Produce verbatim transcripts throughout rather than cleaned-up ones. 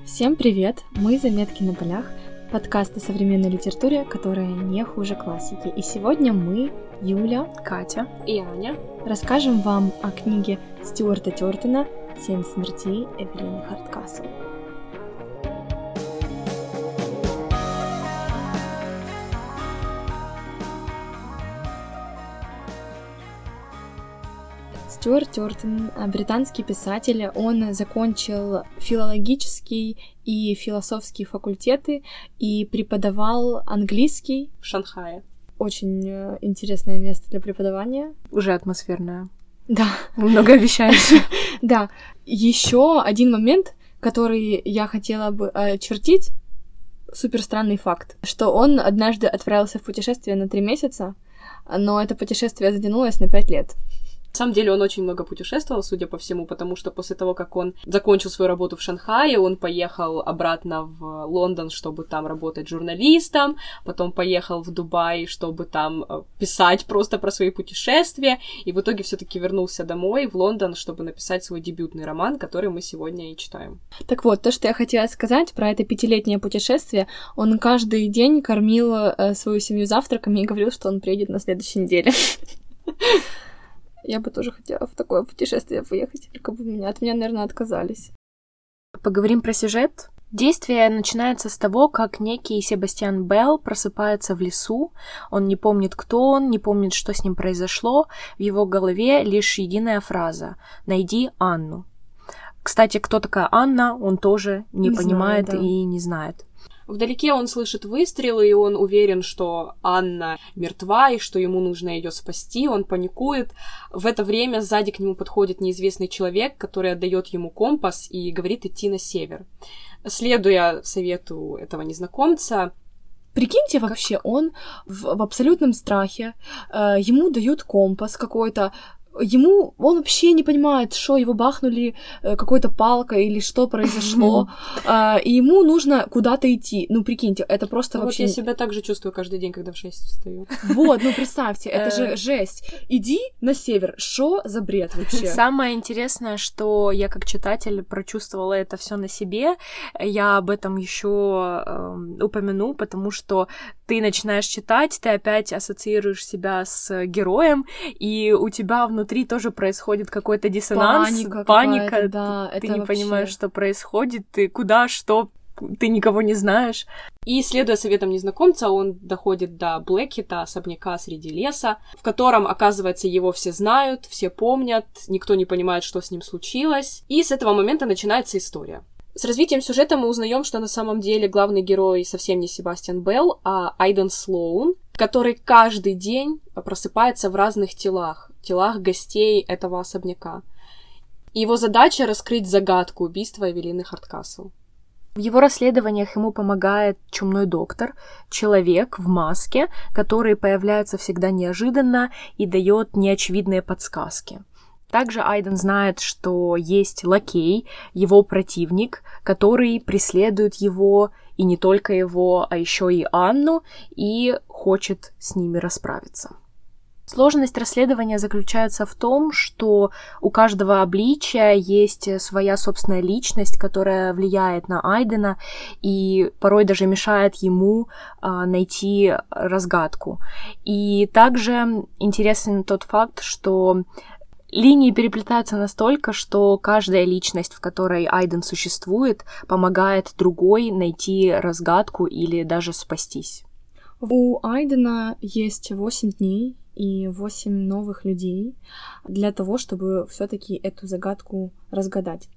Всем привет! Мы «Заметки на полях», подкаст о современной литературе, которая не хуже классики. И сегодня мы, Юля, Катя и Аня, расскажем вам о книге Стюарта Тёртона «Семь смертей» Эвелины Хардкасл. Стюарт Тёртон, британский писатель, он закончил филологический и философский факультеты и преподавал английский в Шанхае. Очень интересное место для преподавания. Уже атмосферное. Да. Многообещающее. Да. Еще один момент, который я хотела бы очертить, супер странный факт, что он однажды отправился в путешествие на три месяца, но это путешествие затянулось на пять лет. На самом деле он очень много путешествовал, судя по всему, потому что после того, как он закончил свою работу в Шанхае, он поехал обратно в Лондон, чтобы там работать журналистом, потом поехал в Дубай, чтобы там писать просто про свои путешествия, и в итоге все-таки вернулся домой, в Лондон, чтобы написать свой дебютный роман, который мы сегодня и читаем. Так вот, то, что я хотела сказать про это пятилетнее путешествие, он каждый день кормил свою семью завтраками и говорил, что он приедет на следующей неделе. Я бы тоже хотела в такое путешествие поехать, только бы меня, от меня, наверное, отказались. Поговорим про сюжет. Действие начинается с того, как некий Себастьян Белл просыпается в лесу. Он не помнит, кто он, не помнит, что с ним произошло. В его голове лишь единая фраза «Найди Анну». Кстати, кто такая Анна, он тоже не, не понимает знаю, да. и не знает. Вдалеке он слышит выстрелы, и он уверен, что Анна мертва, и что ему нужно ее спасти. Он паникует. В это время сзади к нему подходит неизвестный человек, который отдает ему компас и говорит идти на север. Следуя совету этого незнакомца... Прикиньте, вообще, как... он в, в абсолютном страхе. Э, ему дают компас какой-то. Ему, он вообще не понимает, что его бахнули какой-то палкой или что произошло, и ему нужно куда-то идти. Ну, прикиньте, это просто ну, вообще... Вот я себя так же чувствую каждый день, когда в шесть встаю. Вот, ну представьте, это же жесть. Иди на север. Что за бред вообще? Самое интересное, что я как читатель прочувствовала это все на себе, я об этом еще э, упомяну, потому что ты начинаешь читать, ты опять ассоциируешь себя с героем, и у тебя внутри Внутри тоже происходит какой-то диссонанс, паника, паника да, ты, ты это не вообще... понимаешь, что происходит, ты куда, что, ты никого не знаешь. И, следуя советам незнакомца, он доходит до Блэкхита, особняка среди леса, в котором, оказывается, его все знают, все помнят, никто не понимает, что с ним случилось. И с этого момента начинается история. С развитием сюжета мы узнаем, что на самом деле главный герой совсем не Себастьян Белл, а Айден Слоун, который каждый день просыпается в разных телах, телах гостей этого особняка. И его задача — раскрыть загадку убийства Эвелины Хардкасл. В его расследованиях ему помогает чумной доктор, человек в маске, который появляется всегда неожиданно и дает неочевидные подсказки. Также Айден знает, что есть лакей, его противник, который преследует его, и не только его, а еще и Анну, и хочет с ними расправиться. Сложность расследования заключается в том, что у каждого обличия есть своя собственная личность, которая влияет на Айдена и порой даже мешает ему а, найти разгадку. И также интересен тот факт, что линии переплетаются настолько, что каждая личность, в которой Айден существует, помогает другой найти разгадку или даже спастись. У Айдена есть восемь дней и восемь новых людей для того, чтобы все-таки эту загадку разгадать.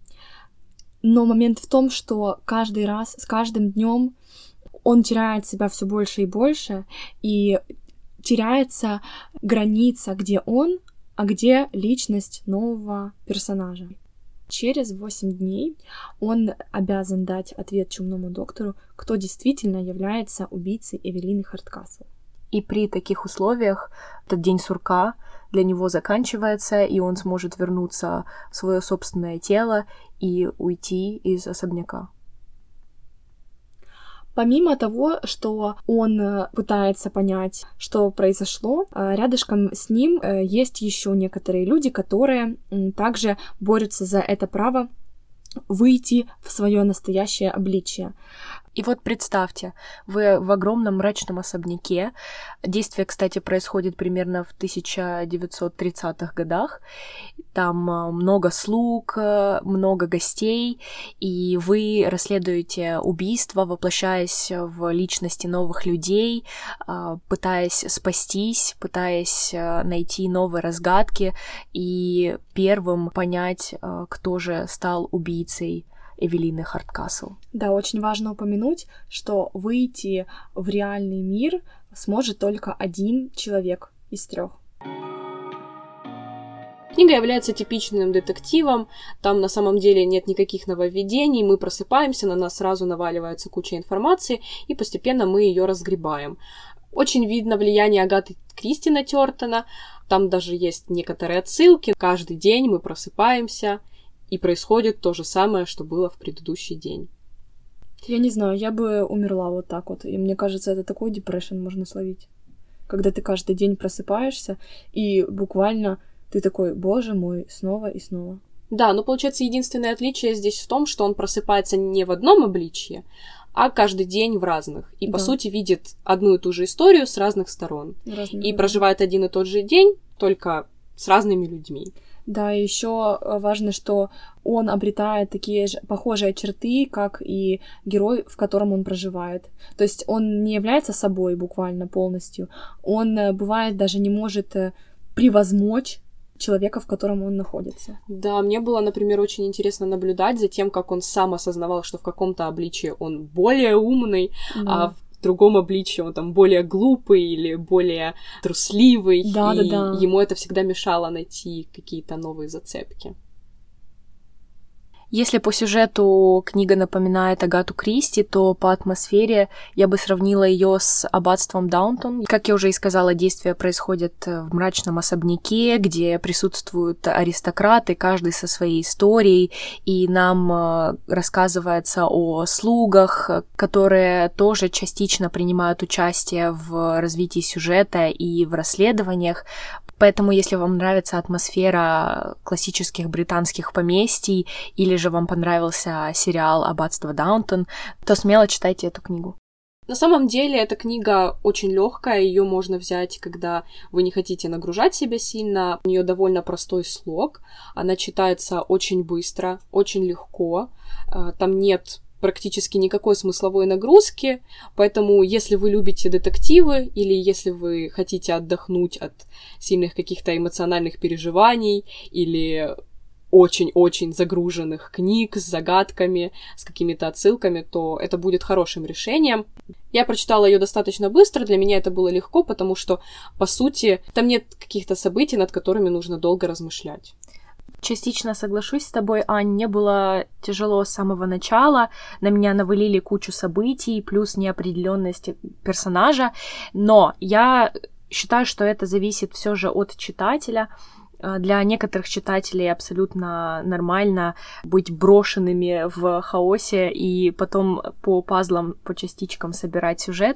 Но момент в том, что каждый раз, с каждым днем он теряет себя все больше и больше, и теряется граница, где он, а где личность нового персонажа. Через восемь дней он обязан дать ответ чумному доктору, кто действительно является убийцей Эвелины Хардкасл. И при таких условиях этот день сурка для него заканчивается, и он сможет вернуться в свое собственное тело и уйти из особняка. Помимо того, что он пытается понять, что произошло, рядышком с ним есть еще некоторые люди, которые также борются за это право выйти в свое настоящее обличие. И вот представьте, вы в огромном мрачном особняке. Действие, кстати, происходит примерно в тысяча девятьсот тридцатых годах. Там много слуг, много гостей, и вы расследуете убийство, воплощаясь в личности новых людей, пытаясь спастись, пытаясь найти новые разгадки и первым понять, кто же стал убийцей Эвелины Хардкасл. Да, очень важно упомянуть, что выйти в реальный мир сможет только один человек из трех. Книга является типичным детективом, там на самом деле нет никаких нововведений, мы просыпаемся, на нас сразу наваливается куча информации, и постепенно мы ее разгребаем. Очень видно влияние Агаты Кристи на Тёртона, там даже есть некоторые отсылки. Каждый день мы просыпаемся, и происходит то же самое, что было в предыдущий день. Я не знаю, я бы умерла вот так вот. И мне кажется, это такой депрессион можно словить. Когда ты каждый день просыпаешься, и буквально ты такой, боже мой, снова и снова. Да, но получается единственное отличие здесь в том, что он просыпается не в одном обличье, а каждый день в разных. И, да. по сути, видит одну и ту же историю с разных сторон. Разные и люди. Проживает один и тот же день, только с разными людьми. Да, и еще важно, что он обретает такие же похожие черты, как и герой, в котором он проживает. То есть он не является собой буквально полностью. Он, бывает, даже не может превозмочь человека, в котором он находится. Да, мне было, например, очень интересно наблюдать за тем, как он сам осознавал, что в каком-то обличии он более умный, да. а в В другом обличии он там более глупый или более трусливый, да, и да, да. ему это всегда мешало найти какие-то новые зацепки. Если по сюжету книга напоминает Агату Кристи, то по атмосфере я бы сравнила ее с аббатством Даунтон. Как я уже и сказала, действие происходит в мрачном особняке, где присутствуют аристократы, каждый со своей историей, и нам рассказывается о слугах, которые тоже частично принимают участие в развитии сюжета и в расследованиях. Поэтому, если вам нравится атмосфера классических британских поместий, или же вам понравился сериал «Аббатство Даунтон», то смело читайте эту книгу. На самом деле, эта книга очень легкая, ее можно взять, когда вы не хотите нагружать себя сильно. У нее довольно простой слог, она читается очень быстро, очень легко, там нет практически никакой смысловой нагрузки, поэтому если вы любите детективы или если вы хотите отдохнуть от сильных каких-то эмоциональных переживаний или очень-очень загруженных книг с загадками, с какими-то отсылками, то это будет хорошим решением. Я прочитала ее достаточно быстро, для меня это было легко, потому что, по сути, там нет каких-то событий, над которыми нужно долго размышлять. Частично соглашусь с тобой, Ань, мне было тяжело с самого начала, на меня навалили кучу событий, плюс неопределенность персонажа, но я считаю, что это зависит все же от читателя. Для некоторых читателей абсолютно нормально быть брошенными в хаосе и потом по пазлам, по частичкам собирать сюжет.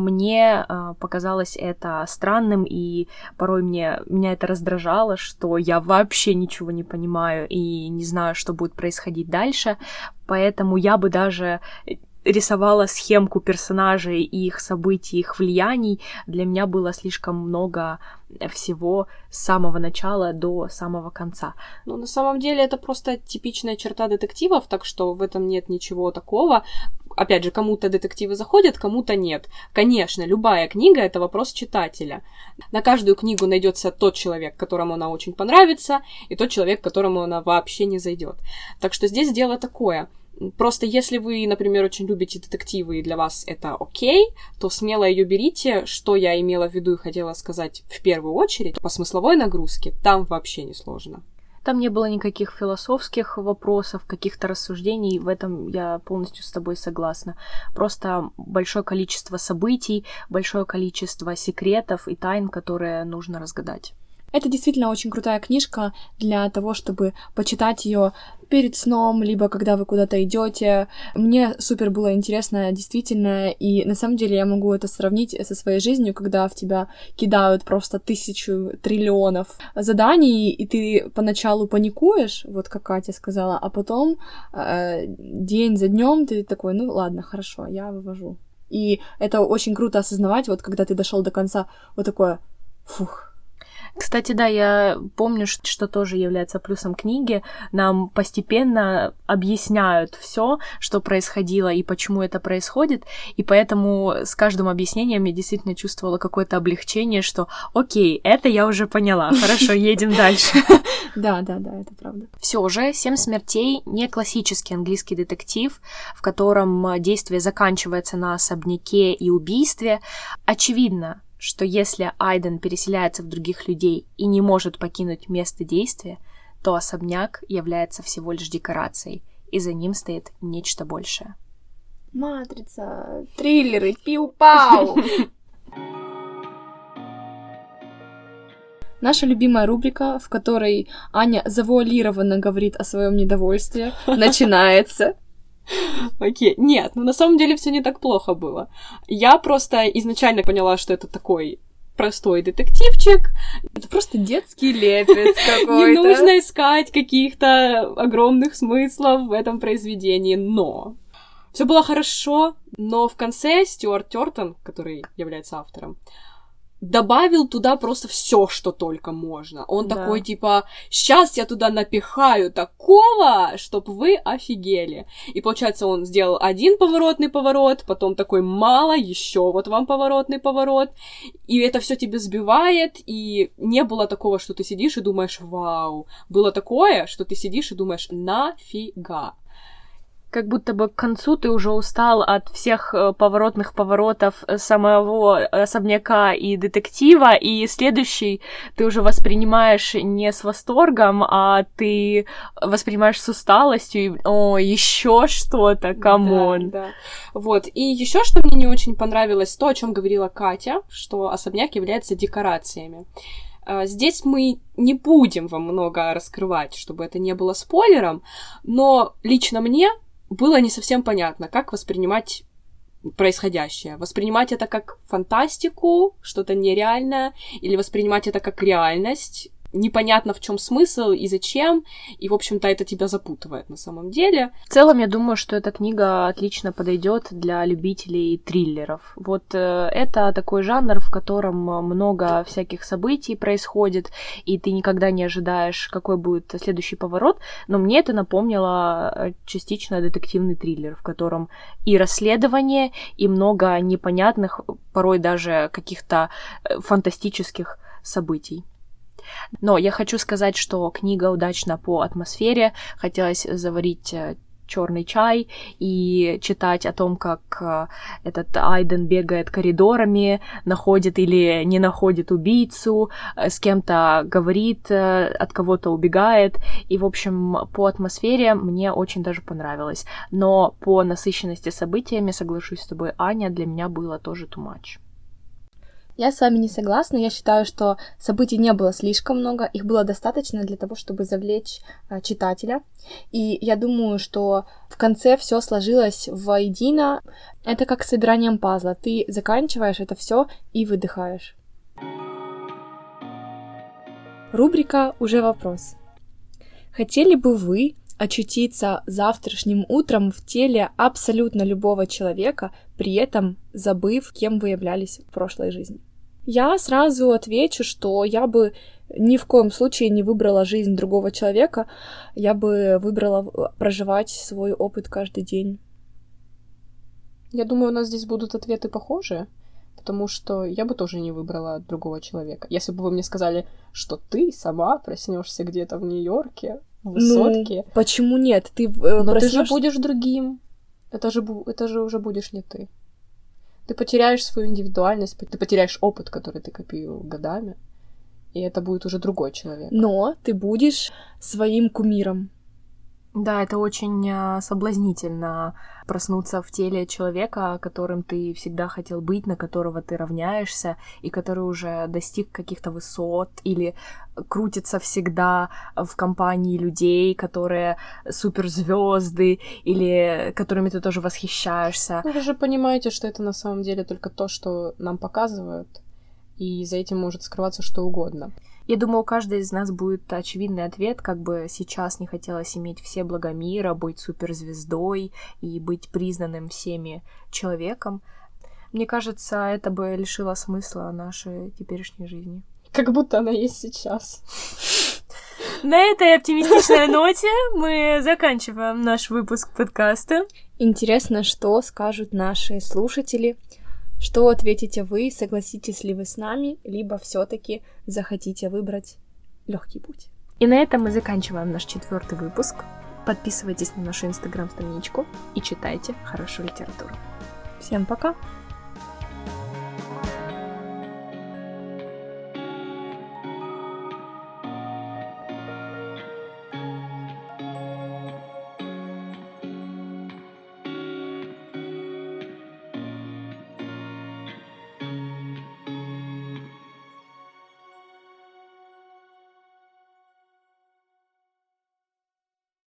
Мне э, показалось это странным, и порой мне, меня это раздражало, что я вообще ничего не понимаю и не знаю, что будет происходить дальше. Поэтому я бы даже рисовала схемку персонажей, их событий, их влияний. Для меня было слишком много всего с самого начала до самого конца. Ну, на самом деле, это просто типичная черта детективов, так что в этом нет ничего такого. Опять же, кому-то детективы заходят, кому-то нет. Конечно, любая книга — это вопрос читателя. На каждую книгу найдется тот человек, которому она очень понравится, и тот человек, которому она вообще не зайдет. Так что здесь дело такое. Просто если вы, например, очень любите детективы и для вас это окей, то смело ее берите. Что я имела в виду и хотела сказать в первую очередь, по смысловой нагрузке там вообще не сложно. Там не было никаких философских вопросов, каких-то рассуждений, в этом я полностью с тобой согласна. Просто большое количество событий, большое количество секретов и тайн, которые нужно разгадать. Это действительно очень крутая книжка для того, чтобы почитать ее перед сном, либо когда вы куда-то идете. Мне супер было интересно, действительно, и на самом деле я могу это сравнить со своей жизнью, когда в тебя кидают просто тысячу триллионов заданий, и ты поначалу паникуешь, вот как Катя сказала, а потом э, день за днем ты такой, ну ладно, хорошо, я вывожу. И это очень круто осознавать, вот когда ты дошел до конца, вот такое, фух. Кстати, да, я помню, что тоже является плюсом книги. Нам постепенно объясняют все, что происходило и почему это происходит, и поэтому с каждым объяснением я действительно чувствовала какое-то облегчение, что окей, это я уже поняла, хорошо, едем дальше. Да, да, да, это правда. Все же «Семь смертей» не классический английский детектив, в котором действие заканчивается на особняке и убийстве. Очевидно, что если Айден переселяется в других людей и не может покинуть место действия, то особняк является всего лишь декорацией, и за ним стоит нечто большее. Матрица, триллеры, пиу-пау! Наша любимая рубрика, в которой Аня завуалированно говорит о своем недовольстве, начинается. Окей, okay. Нет, ну на самом деле все не так плохо было. Я просто изначально поняла, что это такой простой детективчик. Это просто детский лепет какой-то. Не нужно искать каких-то огромных смыслов в этом произведении, но... Все было хорошо, но в конце Стюарт Тёртон, который является автором, добавил туда просто все, что только можно. Он да. такой, типа, сейчас я туда напихаю такого, чтоб вы офигели. И получается, он сделал один поворотный поворот, потом такой, мало, еще вот вам поворотный поворот. И это все тебя сбивает, и не было такого, что ты сидишь и думаешь, вау. Было такое, что ты сидишь и думаешь, нафига. Как будто бы к концу ты уже устал от всех поворотных поворотов самого особняка и детектива, и следующий ты уже воспринимаешь не с восторгом, а ты воспринимаешь с усталостью, и, о, еще что-то, камон. Да, да. Вот, и еще что мне не очень понравилось, то, о чем говорила Катя, что особняк является декорациями. Здесь мы не будем вам много раскрывать, чтобы это не было спойлером, но лично мне было не совсем понятно, как воспринимать происходящее. Воспринимать это как фантастику, что-то нереальное, или воспринимать это как реальность. Непонятно, в чем смысл и зачем, и, в общем-то, это тебя запутывает на самом деле. В целом, я думаю, что эта книга отлично подойдет для любителей триллеров. Вот э, это такой жанр, в котором много всяких событий происходит, и ты никогда не ожидаешь, какой будет следующий поворот, но мне это напомнило частично детективный триллер, в котором и расследование, и много непонятных, порой даже каких-то фантастических событий. Но я хочу сказать, что книга удачна по атмосфере. Хотелось заварить черный чай и читать о том, как этот Айден бегает коридорами, находит или не находит убийцу, с кем-то говорит, от кого-то убегает. И, в общем, по атмосфере мне очень даже понравилось. Но по насыщенности событиями, соглашусь с тобой, Аня, для меня было тоже too much. Я с вами не согласна. Я считаю, что событий не было слишком много. Их было достаточно для того, чтобы завлечь а, читателя. И я думаю, что в конце все сложилось воедино. Это как с собиранием пазла. Ты заканчиваешь это все и выдыхаешь. Рубрика «Уже вопрос». Хотели бы вы очутиться завтрашним утром в теле абсолютно любого человека, при этом забыв, кем вы являлись в прошлой жизни? Я сразу отвечу, что я бы ни в коем случае не выбрала жизнь другого человека, я бы выбрала проживать свой опыт каждый день. Я думаю, у нас здесь будут ответы похожие, потому что я бы тоже не выбрала другого человека. Если бы вы мне сказали, что ты сама проснешься где-то в Нью-Йорке, в высотке. Ну, почему нет? Ты, э, Но проснёшь... ты же будешь другим. Это же, это же уже будешь не ты. Ты потеряешь свою индивидуальность, ты потеряешь опыт, который ты копил годами, и это будет уже другой человек. Но ты будешь своим кумиром. Да, это очень а, соблазнительно проснуться в теле человека, которым ты всегда хотел быть, на которого ты равняешься, и который уже достиг каких-то высот или крутится всегда в компании людей, которые суперзвезды или которыми ты тоже восхищаешься. Ну, вы же понимаете, что это на самом деле только то, что нам показывают, и за этим может скрываться что угодно. Я думаю, у каждой из нас будет очевидный ответ, как бы сейчас не хотелось иметь все блага мира, быть суперзвездой и быть признанным всеми человеком. Мне кажется, это бы лишило смысла нашей теперешней жизни. Как будто она есть сейчас. На этой оптимистичной ноте мы заканчиваем наш выпуск подкаста. Интересно, что скажут наши слушатели. Что ответите вы, согласитесь ли вы с нами, либо все-таки захотите выбрать легкий путь. И на этом мы заканчиваем наш четвертый выпуск. Подписывайтесь на нашу инстаграм-страничку и читайте хорошую литературу. Всем пока!